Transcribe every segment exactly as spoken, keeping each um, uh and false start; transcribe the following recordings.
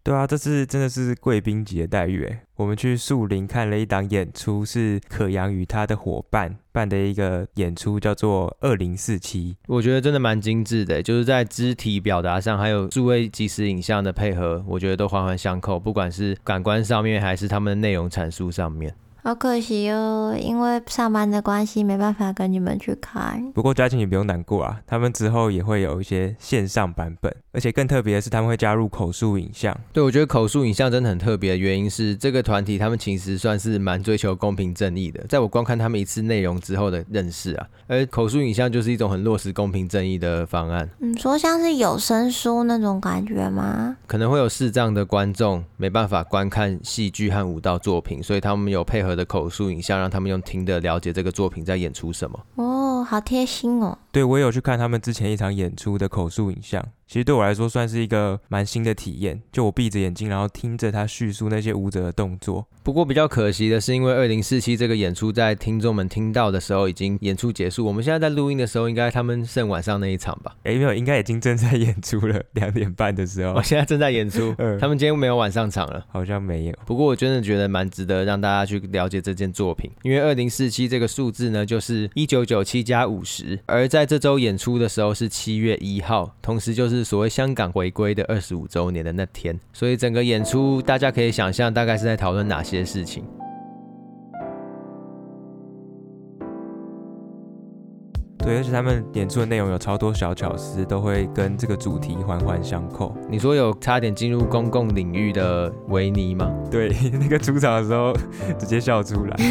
对啊，这次真的是贵宾级的待遇耶。我们去树林看了一档演出，是可阳与他的伙伴办的一个演出，叫做二零四七。 我觉得真的蛮精致的，就是在肢体表达上，还有数位即时影像的配合，我觉得都环环相扣，不管是感官上面，还是他们的内容阐述上面。 好可惜哦，因为上班的关系没办法跟你们去看。 不过嘉庆你不用难过啊，他们之后也会有一些线上版本，而且更特别的是他们会加入口述影像。 对，我觉得口述影像真的很特别的原因是，这个团体他们其实算是蛮追求公平正义的，在我观看他们一次内容之后的认识啊，而口述影像就是一种很落实公平正义的方案。 你说像是有声书那种感觉吗？ 可能会有视障的观众没办法观看戏剧和舞蹈作品，所以他们有配合的口述影像，让他们用听的了解这个作品在演出什么。 哦，好贴心哦。 对，我也有去看他们之前一场演出的口述影像，其实对我来说算是一个蛮新的体验，就我闭着眼睛然后听着他叙述那些舞者的动作。 不过比较可惜的是，因为二零四七这个演出在听众们听到的时候已经演出结束，我们现在在录音的时候应该他们剩晚上那一场吧。 诶，没有，应该已经正在演出了，两点半的时候。 哦，现在正在演出、 嗯、 他们今天没有晚上场了， 好像没有。 不过我真的觉得蛮值得让大家去了解这件作品，因为二零四七这个数字呢就是一九九七加五十，而在这周演出的时候是七月一号，同时就是所谓香港回归的二十五周年的那天，所以整个演出大家可以想象大概是在讨论哪些事情。 对，而且他们演出的内容有超多小巧思，都会跟这个主题环环相扣。 你说有差点进入公共领域的维尼吗？ 对，那个出场的时候直接笑出来。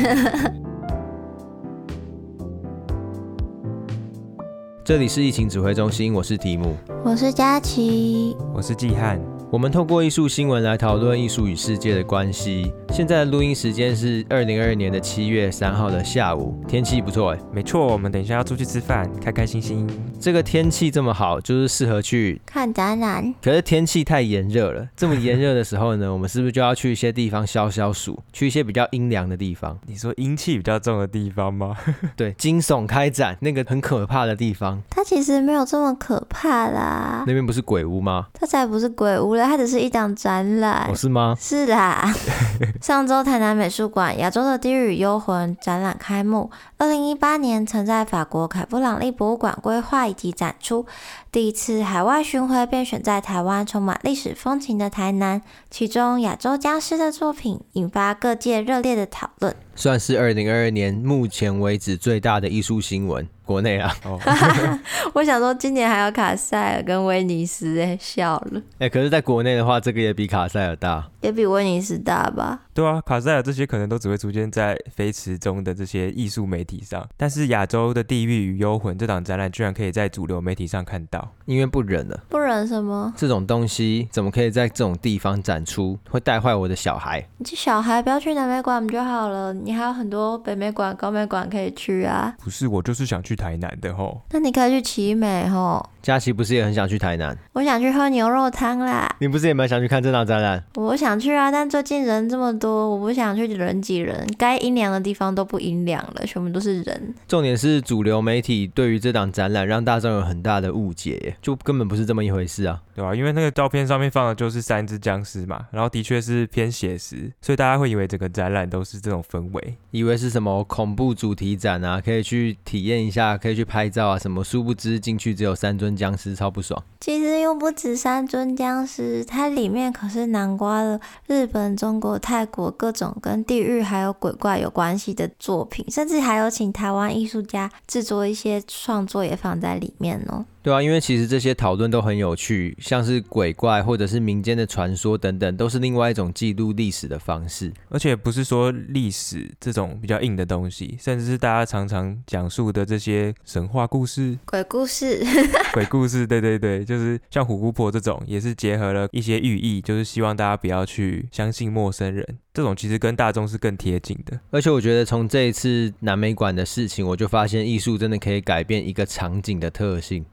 这里是疫情指挥中心，我是提姆， 我是佳琪， 我是季汉。 我们透过艺术新闻来讨论艺术与世界的关系。现在的录音时间是二零二二年的七月三号的下午，天气不错哎。 没错，我们等一下要出去吃饭，开开心心。 这个天气这么好，就是适合去看展览。 可是天气太炎热了，这么炎热的时候呢，我们是不是就要去一些地方消消暑，去一些比较阴凉的地方？ 你说阴气比较重的地方吗？ 对，惊悚开展那个很可怕的地方。 它其实没有这么可怕啦。 那边不是鬼屋吗？ 它才不是鬼屋啦，它只是一档展览。 哦，是吗？ 是啦。上周台南美术馆亚洲的地狱与幽魂展览开幕，二零一八年曾在法国凯布朗利博物馆规划以及展出，第一次海外巡回便选在台湾充满历史风情的台南，其中亚洲僵尸的作品引发各界热烈的讨论， 算是二零二二年目前为止最大的艺术新闻，国内啊。 哦、 我想说今年还有卡塞尔跟威尼斯，哎，笑了。 哎、欸，可是在国内的话，这个也比卡塞尔大， 也比威尼斯大吧？ 对啊，卡塞尔这些可能都只会出现在非池中的这些艺术媒体上，但是亚洲的地狱与幽魂这档展览居然可以在主流媒体上看到， 因为不忍了。 不忍什么？ 这种东西怎么可以在这种地方展出？会带坏我的小孩。 你这小孩不要去南美馆就好了，你还有很多北美馆、高美馆可以去啊。 不是，我就是想去台南的吼。 那你可以去奇美吼。 佳琪不是也很想去台南？ 我想去喝牛肉汤啦。 你不是也蛮想去看这档展览？ 我想去啊，但最近人这么多，我不想去人挤人，该阴凉的地方都不阴凉了，全部都是人。 重点是主流媒体对于这档展览让大众有很大的误解，就根本不是这么一回事啊。 对啊，因为那个照片上面放的就是三只僵尸嘛，然后的确是偏写实，所以大家会以为整个展览都是这种氛围， 以为是什么恐怖主题展啊，可以去体验一下，可以去拍照啊什么，殊不知进去只有三尊僵尸，超不爽。 其实又不止三尊僵尸，它里面可是囊括了日本、中国、泰国各种跟地狱还有鬼怪有关系的作品，甚至还有请台湾艺术家制作一些创作也放在里面哦。 对啊，因为其实这些讨论都很有趣，像是鬼怪或者是民间的传说等等，都是另外一种记录历史的方式。 而且不是说历史这种比较硬的东西，甚至是大家常常讲述的这些神话故事、 鬼故事、 鬼故事，对对对，就是像虎姑婆这种，也是结合了一些寓意，就是希望大家不要去相信陌生人。这种其实跟大众是更贴近的。 而且我觉得从这一次南美馆的事情，我就发现艺术真的可以改变一个场景的特性。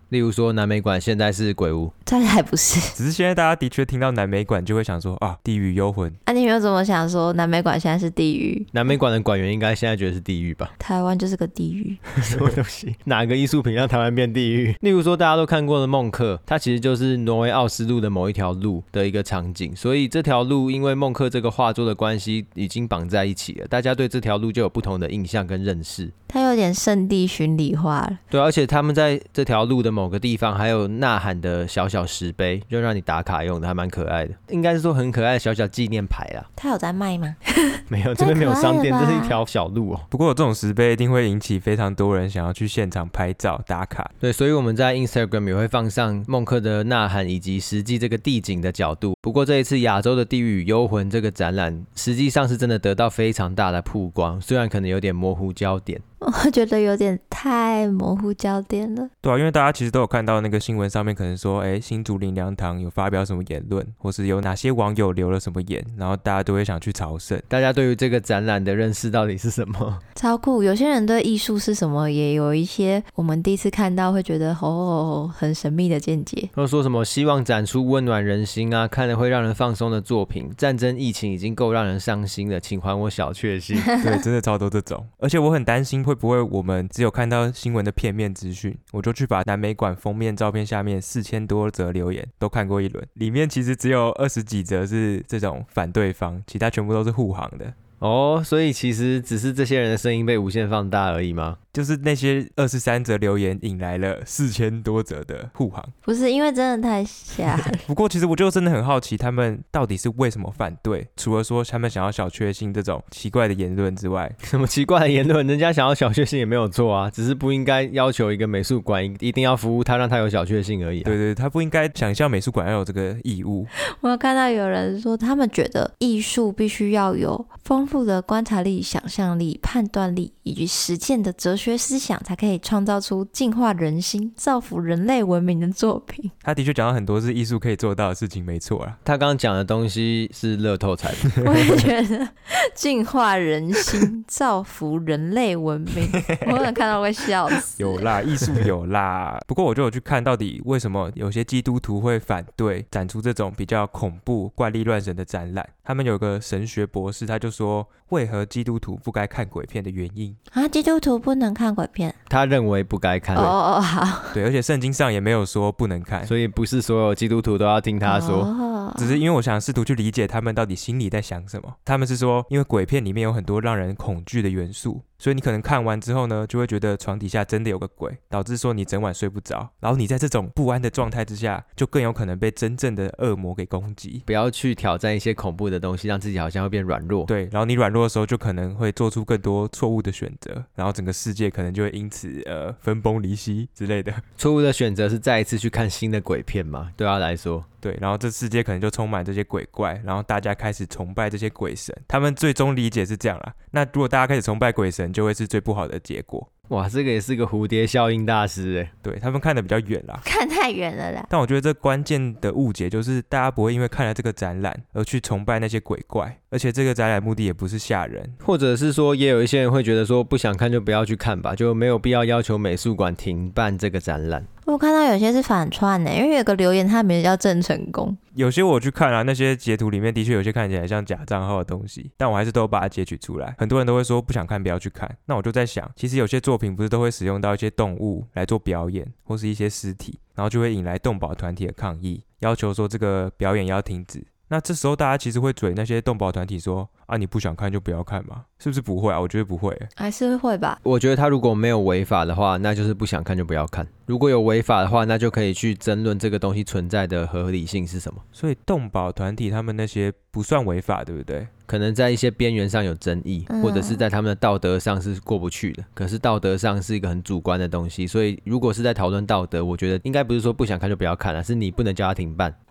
例如说南美馆现在是鬼屋， 这还不是。 只是现在大家的确听到南美馆就会想说啊，地狱幽魂。 啊，你有怎么想说南美馆现在是地狱？ 南美馆的馆员应该现在觉得是地狱吧？ 台湾就是个地狱。 什么东西？哪个艺术品让台湾变地狱？例如说大家都看过的孟克，它其实就是挪威奥斯陆的某一条路的一个场景，所以这条路因为孟克这个画作的关系已经绑在一起了，大家对这条路就有不同的印象跟认识。 它有点圣地巡礼化了。 对，而且他们在这条路的某个地方还有呐喊的小小石碑，就让你打卡用的，还蛮可爱的。应该是说很可爱的小小纪念牌啦。 它有在卖吗？ 没有，这边没有商店，这是一条小路哦。 不过有这种石碑一定会引起非常多人想要去现场拍照打卡。 对，所以我们在 Instagram 也会放上孟克的呐喊以及实际这个地景的角度。不过这一次亚洲的地狱与幽魂这个展览，实际上是真的得到非常大的曝光，虽然可能有点模糊焦点。 我觉得有点太模糊焦点了。 对啊，因为大家其实都有看到那个新闻上面可能说，哎，新竹林良堂有发表什么言论，或是有哪些网友留了什么言，然后大家都会想去朝圣。 大家对于这个展览的认识到底是什么？ 超酷！有些人对艺术是什么，也有一些我们第一次看到会觉得哦很神秘的见解。 或者说什么希望展出温暖人心啊，看了会让人放松的作品。战争疫情已经够让人伤心了，请还我小确幸。 对，真的超多这种。而且我很担心会不会我们只有看到新闻的片面资讯，我就去把南美馆封面照片下面四千多则留言都看过一轮，里面其实只有二十几则是这种反对方，其他全部都是护航的。 哦，所以其实只是这些人的声音被无限放大而已吗？ 就是那些二十三则留言引来了四千多则的护航。 不是因为真的太瞎了。 不过其实我就真的很好奇，他们到底是为什么反对？除了说他们想要小确幸这种奇怪的言论之外， 什么奇怪的言论？人家想要小确幸也没有错啊，只是不应该要求一个美术馆一定要服务他，让他有小确幸而已、啊。 对对，他不应该想象美术馆要有这个义务。 我有看到有人说，他们觉得艺术必须要有丰富的观察力、想象力、判断力以及实践的哲学思想，才可以创造出净化人心、造福人类文明的作品。 他的确讲到很多是艺术可以做到的事情，没错啦。 他刚刚讲的东西是乐透彩的。 我也觉得净化人心、造福人类文明，我可能看到会笑死。 有啦，艺术有啦。不过我就有去看到底为什么有些基督徒会反对展出这种比较恐怖、怪力乱神的展览。他们有个神学博士，他就说为何基督徒不该看鬼片的原因啊，基督徒不能看鬼片？ 他认为不该看。 哦哦，好。 对，而且圣经上也没有说不能看， 所以不是所有基督徒都要听他说。 哦， 只是因为我想试图去理解他们到底心里在想什么。他们是说，因为鬼片里面有很多让人恐惧的元素，所以你可能看完之后呢，就会觉得床底下真的有个鬼，导致说你整晚睡不着，然后你在这种不安的状态之下，就更有可能被真正的恶魔给攻击。 不要去挑战一些恐怖的东西，让自己好像会变软弱。 对，然后你软弱的时候，就可能会做出更多错误的选择，然后整个世界可能就会因此呃分崩离析之类的。 错误的选择是再一次去看新的鬼片吗？对他来说。 对，然后这世界可能就充满这些鬼怪，然后大家开始崇拜这些鬼神，他们最终理解是这样啦。那如果大家开始崇拜鬼神，就会是最不好的结果。 哇，这个也是个蝴蝶效应大师耶。 对，他们看得比较远啦， 看太远了啦。 但我觉得这关键的误解就是大家不会因为看了这个展览而去崇拜那些鬼怪，而且这个展览目的也不是吓人， 或者是说也有一些人会觉得说不想看就不要去看吧，就没有必要要求美术馆停办这个展览。 我看到有些是反串的，因为有个留言他名字叫郑成功。 有些我去看啊，那些截图里面的确有些看起来像假账号的东西，但我还是都把它截取出来。很多人都会说不想看不要去看，那我就在想，其实有些作品不是都会使用到一些动物来做表演，或是一些尸体，然后就会引来动保团体的抗议，要求说这个表演要停止。那这时候大家其实会嘴那些动保团体说啊，你不想看就不要看嘛，是不是不会啊？我觉得不会， 还是会吧。 我觉得他如果没有违法的话，那就是不想看就不要看。如果有违法的话，那就可以去争论这个东西存在的合理性是什么。 所以动保团体他们那些不算违法，对不对？ 可能在一些边缘上有争议， 嗯或者是在他们的道德上是过不去的。可是道德上是一个很主观的东西，所以如果是在讨论道德，我觉得应该不是说不想看就不要看了，是你不能叫他停办。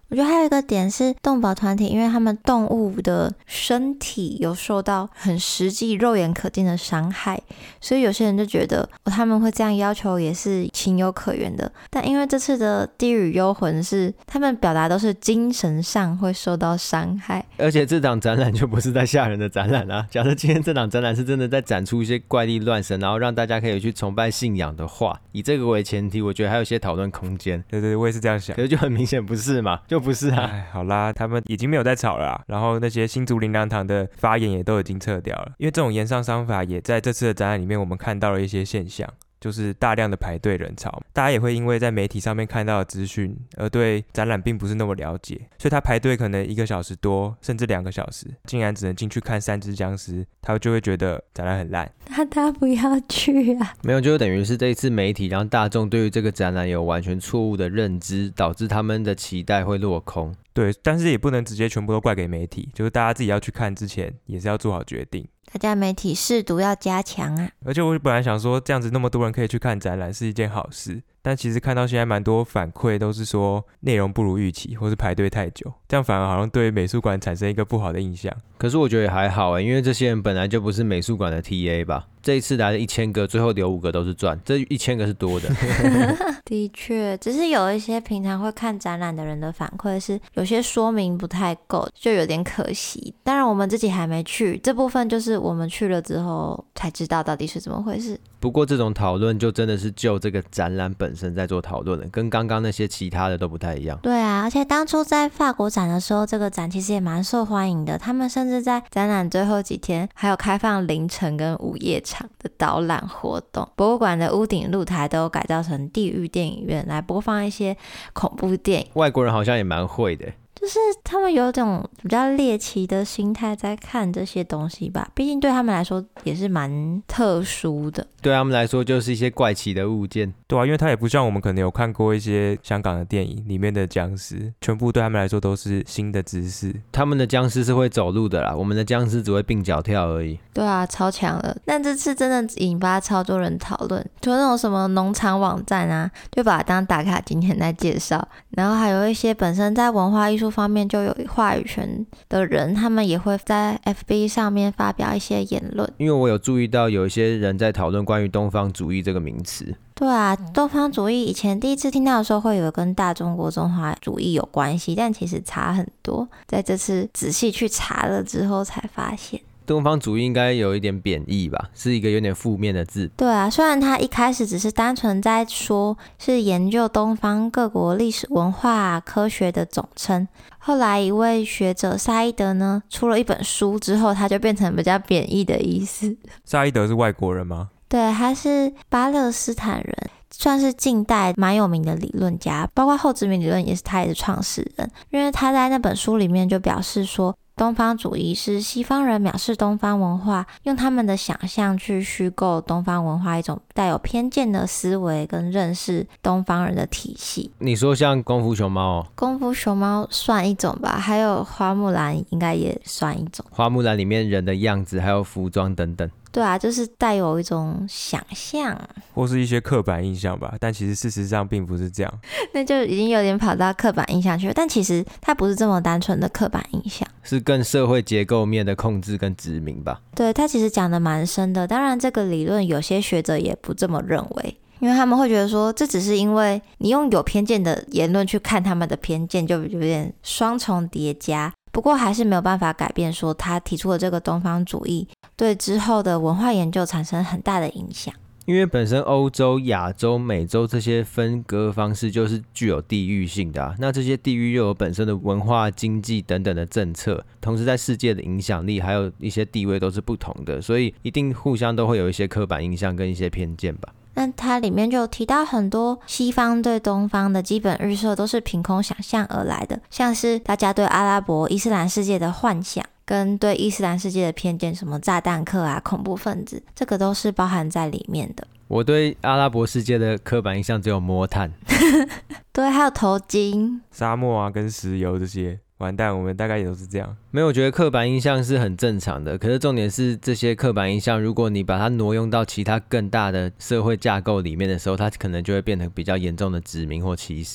我觉得还有一个点是动保团体，因为他们动物的身体有受到很实际肉眼可见的伤害，所以有些人就觉得、哦、他们会这样要求也是情有可原的。但因为这次的地狱幽魂是他们表达都是精神上会受到伤害， 而且这档展览就不是在吓人的展览啊。假设今天这档展览是真的在展出一些怪力乱神，然后让大家可以去崇拜信仰的话，以这个为前提，我觉得还有一些讨论空间。 对对，我也是这样想。 可是就很明显不是嘛，就不是啊。 哎，好啦，他们已经没有在吵了啦，然后那些新竹灵粮堂的发言也都已经撤掉了，因为这种延上商法也在这次的展览里面我们看到了一些现象，就是大量的排队人潮，大家也会因为在媒体上面看到的资讯而对展览并不是那么了解，所以他排队可能一个小时多甚至两个小时，竟然只能进去看三只僵尸，他就会觉得展览很烂。 那他不要去啊。 没有，就等于是这一次媒体让大众对于这个展览有完全错误的认知，导致他们的期待会落空。 对，但是也不能直接全部都怪给媒体，就是大家自己要去看之前也是要做好决定。 大家媒体识读要加强啊。 而且我本来想说这样子那么多人可以去看展览是一件好事，但其实看到现在蛮多反馈都是说内容不如预期，或是排队太久，这样反而好像对美术馆产生一个不好的印象。 可是我觉得也还好欸，因为这些人本来就不是美术馆的 T A 吧。这一次来了一千个，最后留五个都是赚，这一千个是多的。 的确，只是有一些平常会看展览的人的反馈是有些说明不太够，就有点可惜。当然我们自己还没去，这部分就是我们去了之后才知道到底是怎么回事。 不过这种讨论就真的是就这个展览本身在做讨论了，跟刚刚那些其他的都不太一样。 对啊，而且当初在法国展的时候，这个展其实也蛮受欢迎的，他们甚至在展览最后几天还有开放凌晨跟午夜场的导览活动。博物馆的屋顶露台都改造成地狱电影院来播放一些恐怖电影。 外国人好像也蛮会的， 就是他们有种比较猎奇的心态在看这些东西吧，毕竟对他们来说也是蛮特殊的。 对他们来说就是一些怪奇的物件。 对啊，因为他也不像我们可能有看过一些香港的电影里面的僵尸，全部对他们来说都是新的知识。 他们的僵尸是会走路的啦，我们的僵尸只会并脚跳而已。 对啊，超强了。但这次真的引发超多人讨论，就那种什么农场网站啊，就把它当打卡景点在介绍，然后还有一些本身在文化艺术方面就有话语权的人，他们也会在 F B 上面发表一些言论。 因为我有注意到有一些人在讨论关于东方主义这个名词。 对啊，东方主义以前第一次听到的时候会以为跟大中国中华主义有关系，但其实差很多，在这次仔细去查了之后才发现东方主义应该有一点贬义吧，是一个有点负面的字。 对啊，虽然他一开始只是单纯在说是研究东方各国历史文化科学的总称，后来一位学者萨伊德呢出了一本书之后，他就变成比较贬义的意思。 萨伊德是外国人吗？ 对，他是巴勒斯坦人，算是近代蛮有名的理论家，包括后殖民理论也是他也是创始人。因为他在那本书里面就表示说，东方主义是西方人藐视东方文化，用他们的想象去虚构东方文化一种带有偏见的思维跟认识东方人的体系。 你说像功夫熊猫哦？ 功夫熊猫算一种吧，还有花木兰应该也算一种。 花木兰里面人的样子还有服装等等。 对啊，就是带有一种想象或是一些刻板印象吧，但其实事实上并不是这样。 那就已经有点跑到刻板印象去了，但其实它不是这么单纯的刻板印象， 是更社会结构面的控制跟殖民吧。 对，它其实讲的蛮深的。当然这个理论有些学者也不这么认为，因为他们会觉得说这只是因为你用有偏见的言论去看他们的偏见，就有点双重叠加。不过还是没有办法改变说他提出的这个东方主义对之后的文化研究产生很大的影响。 因为本身欧洲、亚洲、美洲这些分割方式就是具有地域性的啊，那这些地域又有本身的文化、经济等等的政策，同时在世界的影响力还有一些地位都是不同的，所以一定互相都会有一些刻板印象跟一些偏见吧。 那它里面就有提到很多西方对东方的基本预设都是凭空想象而来的，像是大家对阿拉伯伊斯兰世界的幻想跟对伊斯兰世界的偏见，什么炸弹客啊、恐怖分子，这个都是包含在里面的。 我对阿拉伯世界的刻板印象只有摸炭对，还有头巾、 沙漠啊跟石油这些，完蛋，我们大概也都是这样。 没有，我觉得刻板印象是很正常的，可是重点是这些刻板印象如果你把它挪用到其他更大的社会架构里面的时候，它可能就会变成比较严重的殖民或歧视。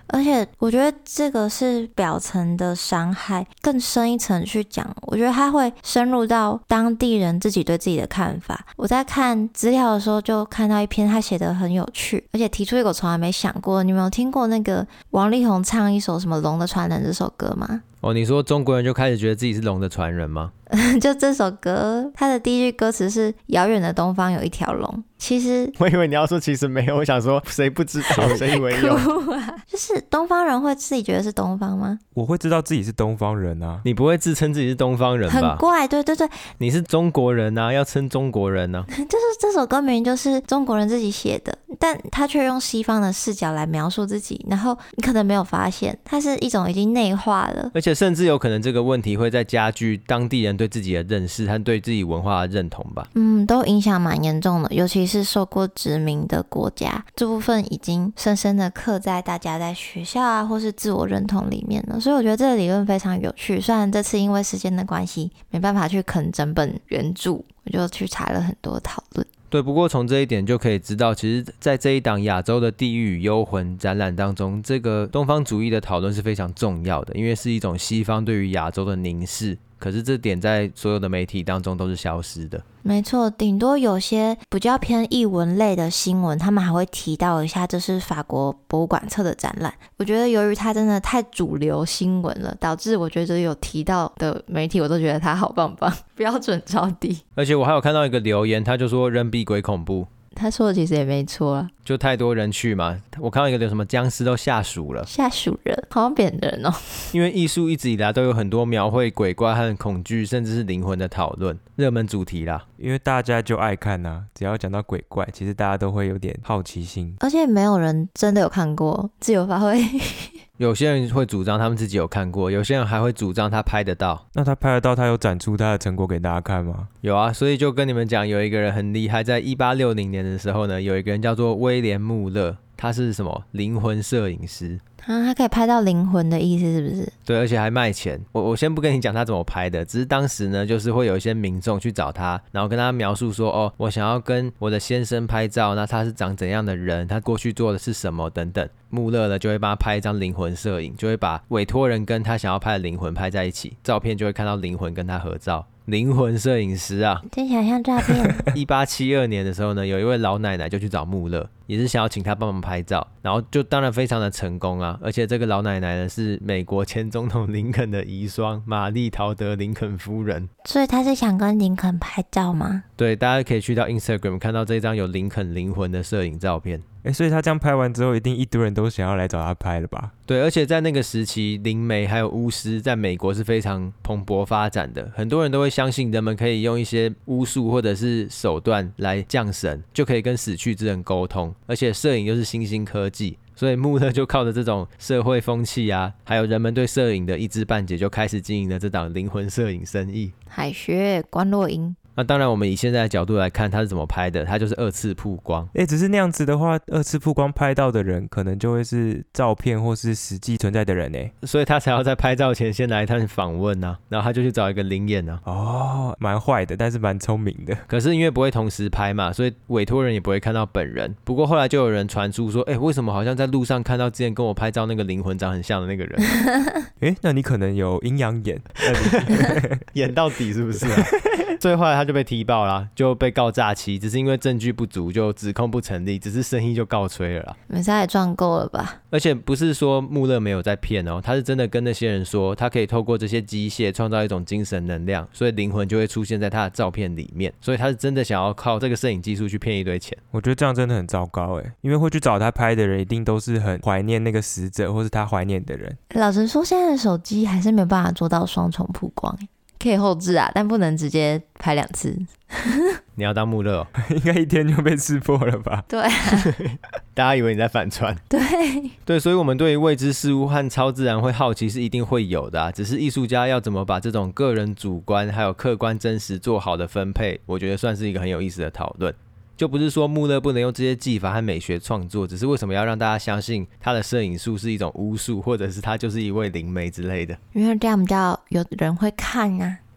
而且我觉得这个是表层的伤害，更深一层去讲，我觉得它会深入到当地人自己对自己的看法。我在看资料的时候就看到一篇他写得很有趣，而且提出一个我从来没想过。你们有听过那个王力宏唱一首什么《龙的传人》这首歌吗？ 哦，你说中国人就开始觉得自己是龙的传人吗？ 就这首歌，它的第一句歌词是“遥远的东方有一条龙”。其实我以为你要说其实没有，我想说谁不知道，谁以为有？ 啊、就是东方人会自己觉得是东方吗？ 我会知道自己是东方人啊。 你不会自称自己是东方人吧？ 很怪，对对对， 你是中国人啊，要称中国人啊。 就是这首歌明明就是中国人自己写的，但他却用西方的视角来描述自己，然后你可能没有发现，它是一种已经内化了， 而且甚至有可能这个问题会在加剧当地人对自己的认识和对自己文化的认同吧。 嗯，都影响蛮严重的，尤其是受过殖民的国家，这部分已经深深的刻在大家在学校啊或是自我认同里面了。所以我觉得这个理论非常有趣，虽然这次因为时间的关系没办法去啃整本原著，我就去查了很多讨论。 对，不过从这一点就可以知道，其实在这一档亚洲的地狱与幽魂展览当中，这个东方主义的讨论是非常重要的，因为是一种西方对于亚洲的凝视，可是这点在所有的媒体当中都是消失的。 没错，顶多有些比较偏艺文类的新闻，他们还会提到一下这是法国博物馆测的展览。我觉得由于它真的太主流新闻了，导致我觉得有提到的媒体我都觉得它好棒棒，标准超低。 而且我还有看到一个留言，他就说人比鬼恐怖。 他说的其实也没错啊， 就太多人去嘛。我看到一个有什么僵尸都下属了， 下属人好像扁人哦。 因为艺术一直以来都有很多描绘鬼怪和恐惧甚至是灵魂的讨论，热门主题啦。 因为大家就爱看啊，只要讲到鬼怪，其实大家都会有点好奇心， 而且没有人真的有看过，自由发挥。 有些人会主张他们自己有看过，有些人还会主张他拍得到。 那他拍得到，他有展出他的成果给大家看吗？ 有啊，所以就跟你们讲，有一个人很厉害，在一八六零年的时候呢，有一个人叫做威廉穆勒，他是什么灵魂摄影师。 啊，他可以拍到灵魂的意思是不是？ 对，而且还卖钱。我我先不跟你讲他怎么拍的，只是当时呢，就是会有一些民众去找他，然后跟他描述说，哦，我想要跟我的先生拍照，那他是长怎样的人，他过去做的是什么等等。穆勒呢就会帮他拍一张灵魂摄影，就会把委托人跟他想要拍的灵魂拍在一起，照片就会看到灵魂跟他合照。灵魂摄影师啊， 听起来像诈骗。 一八七二年的时候呢，有一位老奶奶就去找穆勒，也是想要请他帮忙拍照，然后就当然非常的成功啊。而且这个老奶奶呢是美国前总统林肯的遗孀玛丽陶德林肯夫人。 所以他是想跟林肯拍照吗？ 对，大家可以去到 Instagram 看到这张有林肯灵魂的摄影照片。 哎，所以他这样拍完之后，一定一堆人都想要来找他拍了吧？ 对，而且在那个时期，灵媒还有巫师在美国是非常蓬勃发展的，很多人都会相信人们可以用一些巫术或者是手段来降神，就可以跟死去之人沟通，而且摄影又是新兴科技，所以穆勒就靠着这种社会风气啊，还有人们对摄影的一知半解，就开始经营了这档灵魂摄影生意。 海学关洛英。 那当然我们以现在的角度来看，他是怎么拍的，他就是二次曝光。 哎，只是那样子的话，二次曝光拍到的人可能就会是照片或是实际存在的人哎， 所以他才要在拍照前先来一趟访问啊，然后他就去找一个灵眼啊。 哦，蛮坏的，但是蛮聪明的。 可是因为不会同时拍嘛，所以委托人也不会看到本人。不过后来就有人传出说，哎，为什么好像在路上看到之前跟我拍照那个灵魂长很像的那个人？ 哎，那你可能有阴阳眼， 演到底是不是啊？最后来他就被踢爆啦，就被告诈欺，只是因为证据不足就指控不成立，只是生意就告吹了啦。 没事，也赚够了吧？ 而且不是说穆勒没有在骗哦，他是真的跟那些人说，他可以透过这些机械创造一种精神能量，所以灵魂就会出现在他的照片里面，所以他是真的想要靠这个摄影技术去骗一堆钱。 我觉得这样真的很糟糕哎，因为会去找他拍的人一定都是很怀念那个死者或是他怀念的人。 老实说，现在的手机还是没有办法做到双重曝光，可以后置啊，但不能直接拍两次。 你要当穆勒哦？ 应该一天就被识破了吧？ 对啊， 大家以为你在反串。 对对，所以我们对于未知事物和超自然会好奇是一定会有的啊，只是艺术家要怎么把这种个人主观还有客观真实做好的分配，我觉得算是一个很有意思的讨论。就不是说穆勒不能用这些技法和美学创作，只是为什么要让大家相信他的摄影术是一种巫术，或者是他就是一位灵媒之类的？ 因为这样比较有人会看啊。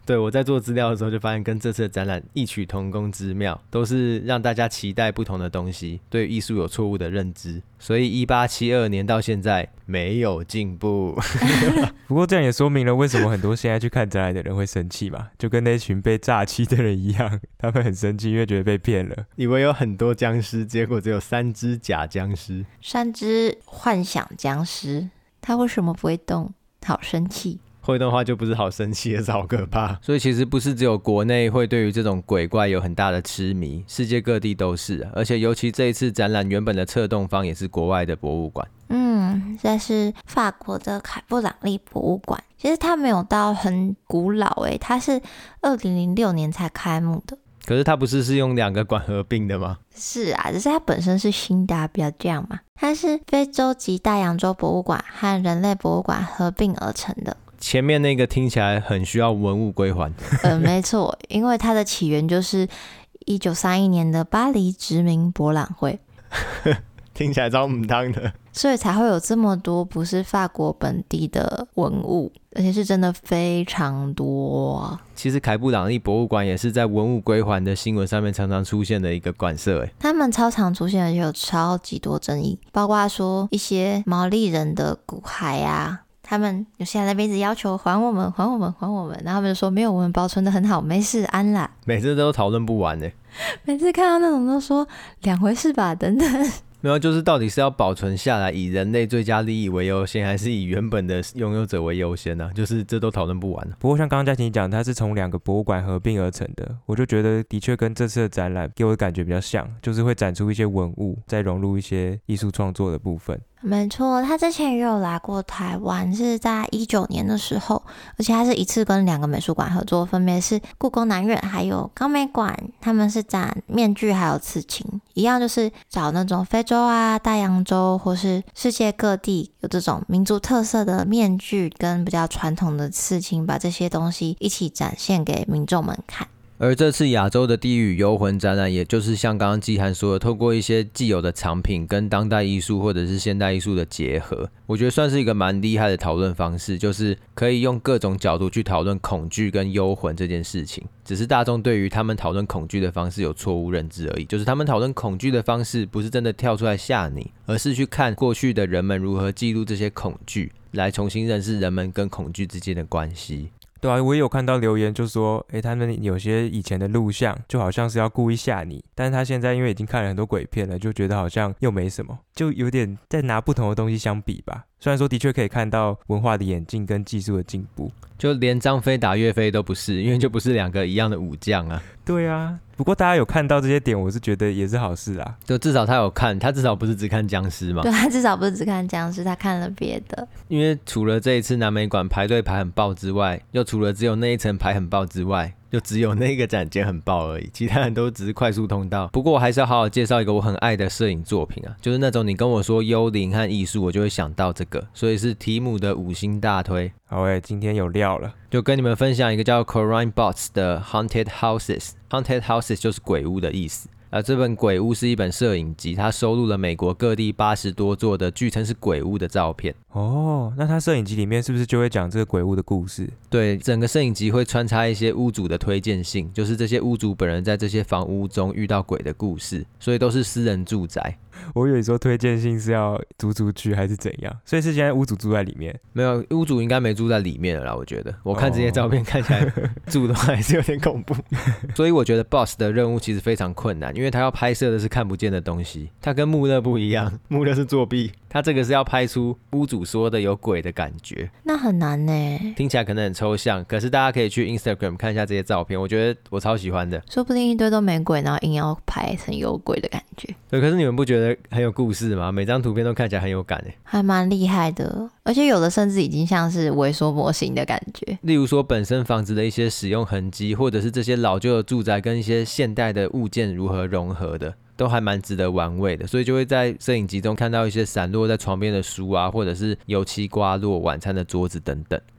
对，我在做资料的时候就发现跟这次的展览异曲同工之妙，都是让大家期待不同的东西，对艺术有错误的认知，所以一八七二年到现在没有进步。 不过这样也说明了为什么很多现在去看展览的人会生气嘛，就跟那群被诈欺的人一样，他们很生气，因为觉得被骗了。 以为有很多僵尸，结果只有三只假僵尸， 三只幻想僵尸，他为什么不会动？好生气。 会动的话就不是好生气，而是好可怕。所以其实不是只有国内会对于这种鬼怪有很大的痴迷，世界各地都是、啊、而且尤其这一次展览原本的策动方也是国外的博物馆。 嗯，这是法国的凯布朗利博物馆。其实它没有到很古老诶，它是二零零六年才开幕的。 可是它不是是用两个馆合并的吗？ 是啊，只是它本身是新的，不要这样嘛。它是非洲及大洋洲博物馆和人类博物馆合并而成的。 前面那个听起来很需要文物归还。 呃，没错，因为它的起源就是一九三一年的巴黎殖民博览会。 听起来超母汤的， 所以才会有这么多不是法国本地的文物，而且是真的非常多。 其实凯布朗利博物馆也是在文物归还的新闻上面常常出现的一个馆舍， 他们超常出现，而且有超级多争议，包括说一些毛利人的骨骸啊，他们有些人那边一直要求还我们还我们还我们，然后他们就说没有，我们保存的很好，没事，安啦。 每次都讨论不完耶， 每次看到那种都说两回事吧等等。 没有，就是到底是要保存下来以人类最佳利益为优先，还是以原本的拥有者为优先呢、啊？就是这都讨论不完。 不过像刚刚嘉琪讲，它是从两个博物馆合并而成的，我就觉得的确跟这次的展览给我的感觉比较像，就是会展出一些文物，再融入一些艺术创作的部分。 没错，他之前也有来过台湾，是在一九年的时候，而且他是一次跟两个美术馆合作，分别是故宫南院还有高美馆，他们是展面具还有刺青，一样就是找那种非洲啊、大洋洲或是世界各地有这种民族特色的面具跟比较传统的刺青，把这些东西一起展现给民众们看。 而这次亚洲的地狱与幽魂展览，也就是像刚刚季涵说的，透过一些既有的藏品跟当代艺术或者是现代艺术的结合，我觉得算是一个蛮厉害的讨论方式，就是可以用各种角度去讨论恐惧跟幽魂这件事情。只是大众对于他们讨论恐惧的方式有错误认知而已，就是他们讨论恐惧的方式不是真的跳出来吓你，而是去看过去的人们如何记录这些恐惧，来重新认识人们跟恐惧之间的关系。 对啊，我也有看到留言就说，诶，他们有些以前的录像就好像是要故意吓你，但是他现在因为已经看了很多鬼片了，就觉得好像又没什么，就有点在拿不同的东西相比吧。虽然说的确可以看到文化的演进跟技术的进步， 就连张飞打岳飞都不是，因为就不是两个一样的武将啊。 对啊，不过大家有看到这些点，我是觉得也是好事啦。 就至少他有看，他至少不是只看僵尸嘛。 对，他至少不是只看僵尸，他看了别的。 因为除了这一次南美馆排队排很爆之外，又除了只有那一层排很爆之外，就只有那个展间很爆而已，其他人都只是快速通道。不过我还是要好好介绍一个我很爱的摄影作品啊，就是那种你跟我说幽灵和艺术，我就会想到这个，所以是提姆的五星大推。 好诶，今天有料了， 就跟你们分享一个叫 Corinne Botts 的 Haunted Houses。Haunted Houses 就是鬼屋的意思。而这本鬼屋是一本摄影集，它收录了美国各地八十多座的据称是鬼屋的照片。 哦，那它摄影集里面是不是就会讲这个鬼屋的故事？ 对，整个摄影集会穿插一些屋主的推荐信，就是这些屋主本人在这些房屋中遇到鬼的故事，所以都是私人住宅。 我以为说推荐信是要租出去还是怎样，所以是现在屋主住在里面？ 没有，屋主应该没住在里面了啦，我觉得。我看这些照片看起来住的话还是有点恐怖。所以我觉得 Boss 的任务其实非常困难，因为他要拍摄的是看不见的东西，他跟穆勒不一样，穆勒是作弊，他这个是要拍出屋主说的有鬼的感觉。 那很难呢， 听起来可能很抽象，可是大家可以去 Instagram 看一下这些照片，我觉得我超喜欢的。 说不定一堆都没鬼，然后硬要拍成有鬼的感觉。 对，可是你们不觉得很有故事吗？每张图片都看起来很有感耶， 还蛮厉害的，而且有的甚至已经像是微缩模型的感觉。 例如说本身房子的一些使用痕迹，或者是这些老旧的住宅跟一些现代的物件如何融合的，都还蛮值得玩味的，所以就会在摄影集中看到一些散落在床边的书啊，或者是油漆刮落晚餐的桌子等等。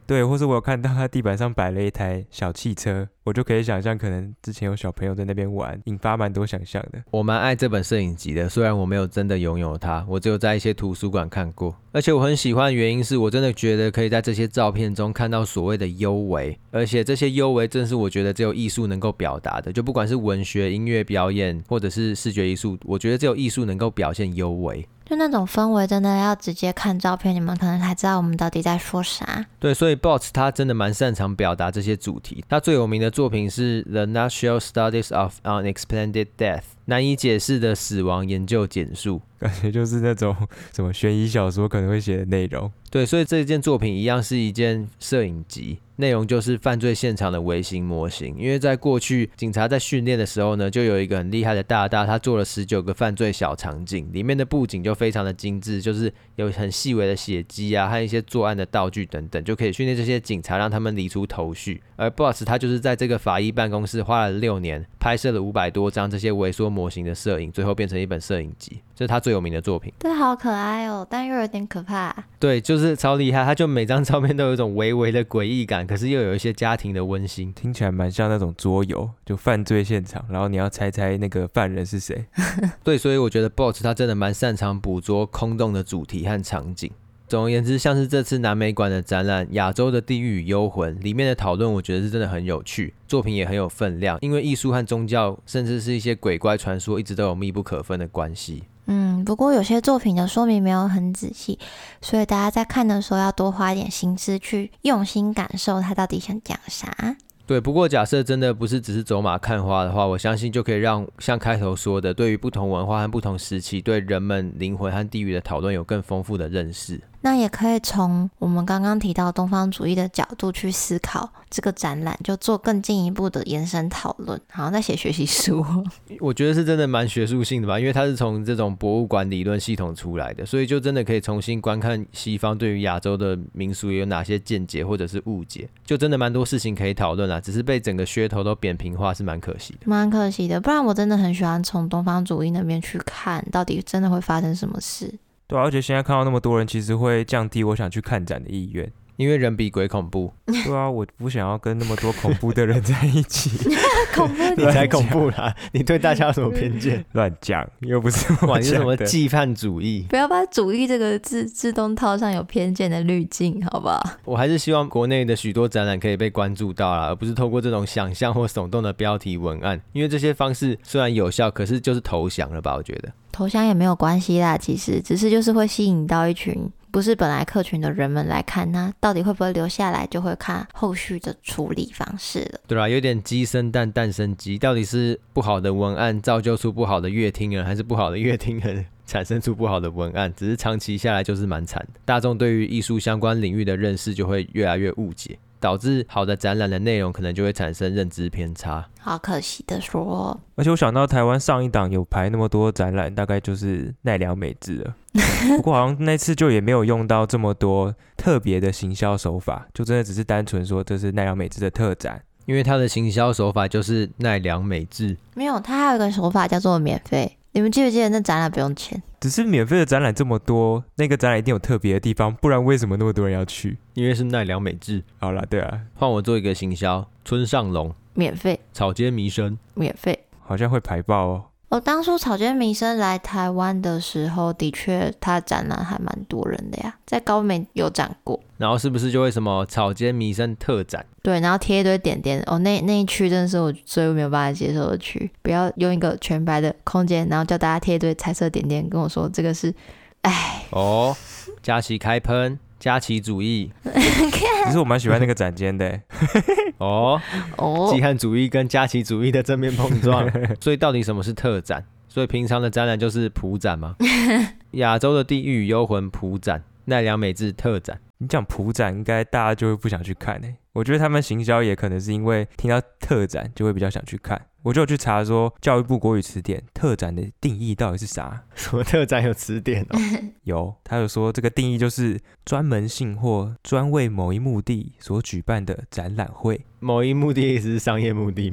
对，或是我有看到他地板上摆了一台小汽车，我就可以想象可能之前有小朋友在那边玩，引发蛮多想象的。 我蛮爱这本摄影集的，虽然我没有真的拥有它，我只有在一些图书馆看过，而且我很喜欢的原因是我真的觉得可以在这些照片中看到所谓的幽微，而且这些幽微正是我觉得只有艺术能够表达的，就不管是文学、音乐表演或者是视觉艺术，我觉得只有艺术能够表现幽微。 就那种氛围真的要直接看照片，你们可能才知道我们到底在说啥。 对，所以 Botts 他真的蛮擅长表达这些主题。他最有名的作品是 The Nutshell Studies of Unexplained Death， 难以解释的死亡研究简述， 感觉就是那种什么悬疑小说可能会写的内容。 对，所以这件作品一样是一件摄影集，内容就是犯罪现场的微型模型。因为在过去警察在训练的时候呢，就有一个很厉害的大大，他做了十九个犯罪小场景，里面的布景就非常的精致，就是有很细微的血迹啊和一些作案的道具等等，就可以训练这些警察，让他们理出头绪。而 Botts 他就是在这个法医办公室花了六年，拍摄了五百多张这些微缩模型的摄影，最后变成一本摄影集，这是他最有名的作品。 对，好可爱哦，但又有点可怕。 对，就是超厉害，他就每张照片都有一种微微的诡异感，可是又有一些家庭的温馨， 听起来蛮像那种桌游，就犯罪现场，然后你要猜猜那个犯人是谁。 对，所以我觉得 Botts 他真的蛮擅长捕捉空洞的主题和场景。总而言之，像是这次南美馆的展览《亚洲的地狱与幽魂》里面的讨论，我觉得是真的很有趣，作品也很有分量，因为艺术和宗教，甚至是一些鬼怪传说，一直都有密不可分的关系。 嗯，不过有些作品的说明没有很仔细，所以大家在看的时候要多花一点心思去用心感受他到底想讲啥。 对，不过假设真的不是只是走马看花的话，我相信就可以让像开头说的，对于不同文化和不同时期对人们灵魂和地狱的讨论有更丰富的认识。 那也可以从我们刚刚提到东方主义的角度去思考这个展览，就做更进一步的延伸讨论，好像在写学习书。 我觉得是真的蛮学术性的吧，因为它是从这种博物馆理论系统出来的，所以就真的可以重新观看西方对于亚洲的民俗有哪些见解或者是误解，就真的蛮多事情可以讨论啦，只是被整个噱头都扁平化，是蛮可惜的。 蛮可惜的，不然我真的很喜欢从东方主义那边去看到底真的会发生什么事。 对啊，而且现在看到那么多人，其实会降低我想去看展的意愿。 因为人比鬼恐怖。 对啊，我不想要跟那么多恐怖的人在一起。 恐怖你才恐怖啦！你对大家有什么偏见？ 乱讲，又不是我哇，你是什么讲的既犯主义？ 不要把主义这个字自动套上有偏见的滤镜，好不好？ 我还是希望国内的许多展览可以被关注到啦，而不是透过这种想象或耸动的标题文案，因为这些方式虽然有效，可是就是投降了吧？我觉得投降也没有关系啦，其实只是就是会吸引到一群不是本来客群的人们来看，那到底会不会留下来，就会看后续的处理方式了。 对啦，有点鸡生蛋，蛋生鸡，到底是不好的文案造就出不好的乐听人，还是不好的乐听人产生出不好的文案？只是长期下来就是蛮惨的，大众对于艺术相关领域的认识就会越来越误解，导致好的展览的内容可能就会产生认知偏差。 好可惜的说， 而且我想到台湾上一档有排那么多展览，大概就是奈良美智了。不过好像那次就也没有用到这么多特别的行销手法，就真的只是单纯说这是奈良美智的特展。 因为它的行销手法就是奈良美智， 没有，它还有一个手法叫做免费。你们记不记得那展览不用钱？ 只是免费的展览这么多，那个展览一定有特别的地方，不然为什么那么多人要去？ 因为是奈良美智。 好啦，对啊， 换我做一个行销，村上隆免费， 草间弥生免费， 好像会排爆哦。 我当初草间弥生来台湾的时候，的确他展览还蛮多人的呀，在高美有展过。 然后是不是就会什么草间弥生特展？ 对，然后贴一堆点点哦，那那一区真的是我最没有办法接受的区，不要用一个全白的空间，然后叫大家贴一堆彩色点点，跟我说这个是，哎， 哦，佳琪开喷，佳琪主义。 其实我蛮喜欢那个展间的。 哦哦， 既汉主义跟佳琪主义的正面碰撞。所以到底什么是特展？所以平常的展览就是普展吗？亚洲的地狱与幽魂普展，奈良美智特展。 你讲普展，应该大家就会不想去看诶。我觉得他们行销也可能是因为听到特展就会比较想去看。我就有去查说教育部国语词典特展的定义到底是啥。 什么特展有词典哦？ 有，他有说这个定义就是专门性或专为某一目的所举办的展览会。 某一目的是商业目的吗？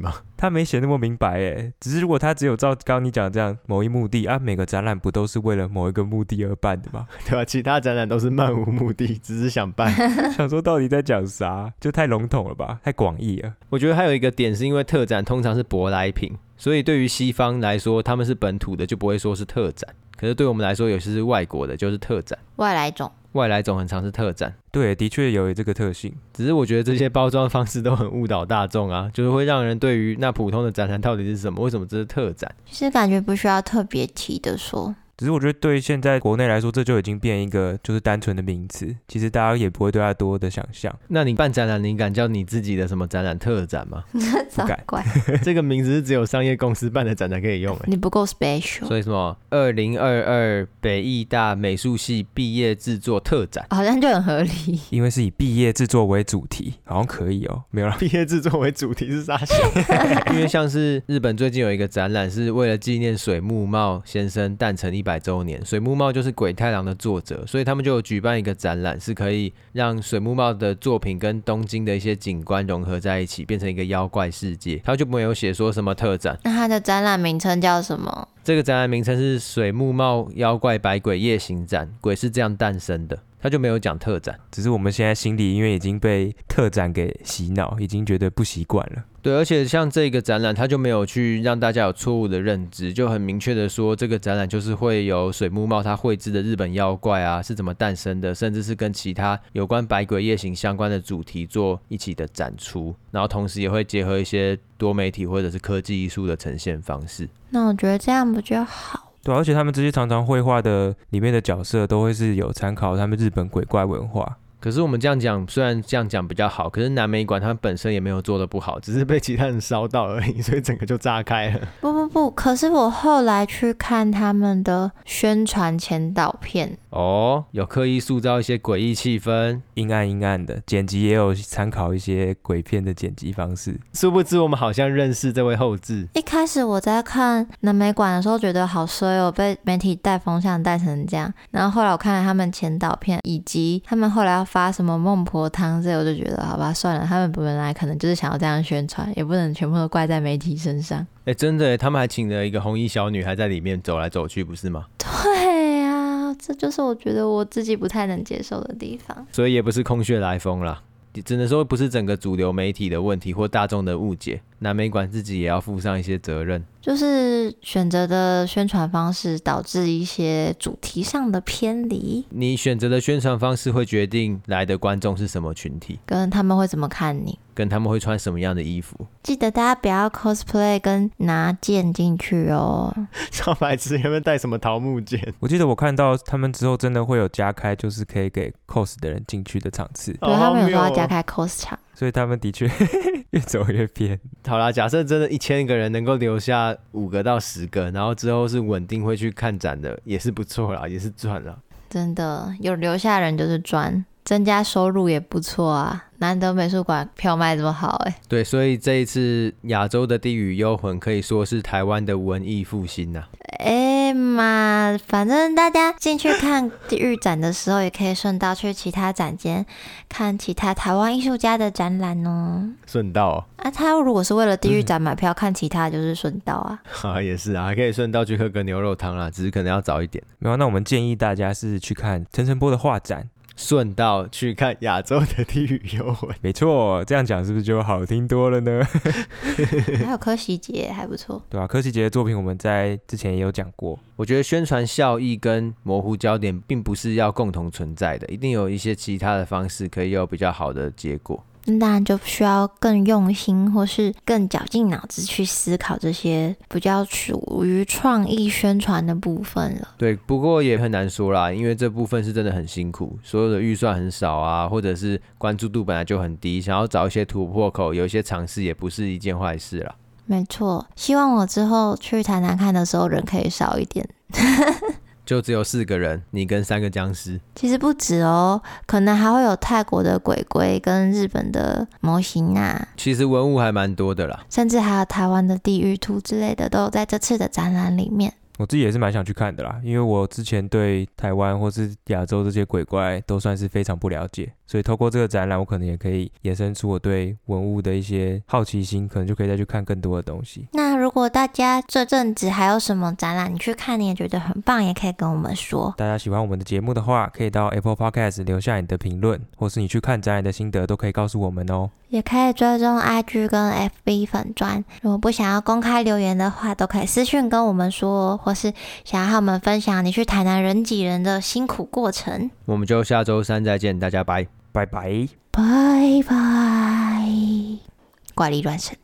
他没写那么明白诶，只是如果他只有照刚刚你讲的这样某一目的啊，每个展览不都是为了某一个目的而办的吗？ 对吧？其他展览都是漫无目的，只是想办。 想说到底在讲啥，就太笼统了吧，太广义了。 我觉得还有一个点是因为特展通常是舶来品，所以对于西方来说，他们是本土的就不会说是特展，可是对我们来说，有些是外国的就是特展， 外来种。 外来种很常是特展。 对，的确有这个特性， 只是我觉得这些包装方式都很误导大众啊，就是会让人对于那普通的展览到底是什么，为什么这是特展， 其实感觉不需要特别提的说。 只是我觉得对现在国内来说，这就已经变一个就是单纯的名词，其实大家也不会对它多的想象。 那你办展览，你敢叫你自己的什么展览特展吗？ 不敢。 这个名字是只有商业公司办的展才可以用、欸、 你不够 special。 所以什么二零二二北艺大美术系毕业制作特展， 好像就很合理。 因为是以毕业制作为主题，好像可以哦。没有啦， 毕业制作为主题是啥小？因为像是日本最近有一个展览，是为了纪念水木茂先生诞辰一百周年。水木茂就是鬼太郎的作者，所以他们就有举办一个展览，是可以让水木茂的作品跟东京的一些景观融合在一起，变成一个妖怪世界。他就没有写说什么特展。 那它的展览名称叫什么？ 这个展览名称是水木茂妖怪百鬼夜行展，鬼是这样诞生的。他就没有讲特展， 只是我们现在心里因为已经被特展给洗脑，已经觉得不习惯了。 对，而且像这个展览，他就没有去让大家有错误的认知，就很明确的说，这个展览就是会有水木茂他绘制的日本妖怪啊是怎么诞生的，甚至是跟其他有关百鬼夜行相关的主题做一起的展出，然后同时也会结合一些多媒体或者是科技艺术的呈现方式。 那我觉得这样不就好？ 对、啊，而且他们这些常常绘画的里面的角色都会是有参考他们日本鬼怪文化。 可是我们这样讲，虽然这样讲比较好，可是南美馆它本身也没有做得不好，只是被其他人烧到而已，所以整个就炸开了。 不不不，可是我后来去看他们的宣传前导片， 哦，有刻意塑造一些诡异气氛， 阴暗阴暗的，剪辑也有参考一些鬼片的剪辑方式。 殊不知我们好像认识这位后制。 一开始我在看南美馆的时候觉得好衰哦，被媒体带风向带成这样，然后后来我看了他们前导片，以及他们后来要发什么孟婆汤，这我就觉得好吧，算了，他们本来可能就是想要这样宣传，也不能全部都怪在媒体身上。 哎，真的耶，他们还请了一个红衣小女孩在里面走来走去，不是吗？ 对啊，这就是我觉得我自己不太能接受的地方。 所以也不是空穴来风啦，只能说不是整个主流媒体的问题或大众的误解，南美馆自己也要负上一些责任。 就是选择的宣传方式导致一些主题上的偏离， 你选择的宣传方式会决定来的观众是什么群体， 跟他们会怎么看你， 跟他们会穿什么样的衣服。 记得大家不要 cosplay 跟拿剑进去哦。 超白痴，有没有带什么桃木剑？ 我记得我看到他们之后真的会有加开，就是可以给 cos 的人进去的场次。 对，他们有说要加开 cos 场， 所以他们的确越走越偏。 好啦，假设真的一千个人能够留下五个到十个，然后之后是稳定会去看展的，也是不错啦，也是赚啦。 真的有留下人就是赚，增加收入也不错啊。难得美术馆票卖这么好哎、欸。 对，所以这一次亚洲的地狱幽魂可以说是台湾的文艺复兴呐。 哎嘛，反正大家进去看地狱展的时候，也可以顺道去其他展间看其他台湾艺术家的展览哦。 顺道哦。 啊，他如果是为了地狱展买票、嗯、看其他就是顺道啊。 啊，也是啊，还可以顺道去喝个牛肉汤啦，只是可能要早一点。 没有，那我们建议大家是去看陈澄波的画展。 顺道去看亚洲的地狱幽魂。 没错，这样讲是不是就好听多了呢？ 还有柯希杰还不错。 对啊，柯希杰的作品我们在之前也有讲过。 我觉得宣传效益跟模糊焦点并不是要共同存在的，一定有一些其他的方式可以有比较好的结果。 那当然就需要更用心或是更绞尽脑汁去思考这些比较属于创意宣传的部分了。 对，不过也很难说啦，因为这部分是真的很辛苦，所有的预算很少啊，或者是关注度本来就很低，想要找一些突破口，有一些尝试也不是一件坏事啦。 没错，希望我之后去台南看的时候人可以少一点。 就只有四个人，你跟三个僵尸。 其实不止哦，可能还会有泰国的鬼鬼跟日本的模型啊。 其实文物还蛮多的啦， 甚至还有台湾的地狱图之类的，都有在这次的展览里面。 我自己也是蛮想去看的啦，因为我之前对台湾或是亚洲这些鬼怪都算是非常不了解， 所以透过这个展览，我可能也可以衍生出我对文物的一些好奇心，可能就可以再去看更多的东西。 那如果大家这阵子还有什么展览你去看你也觉得很棒，也可以跟我们说。 大家喜欢我们的节目的话，可以到 Apple Podcast 留下你的评论，或是你去看展览的心得都可以告诉我们哦。 也可以追踪 I G 跟 F B 粉专，如果不想要公开留言的话，都可以私讯跟我们说，或是想要和我们分享你去台南人挤人的辛苦过程。 我们就下周三再见，大家拜拜拜拜拜，怪力乱神。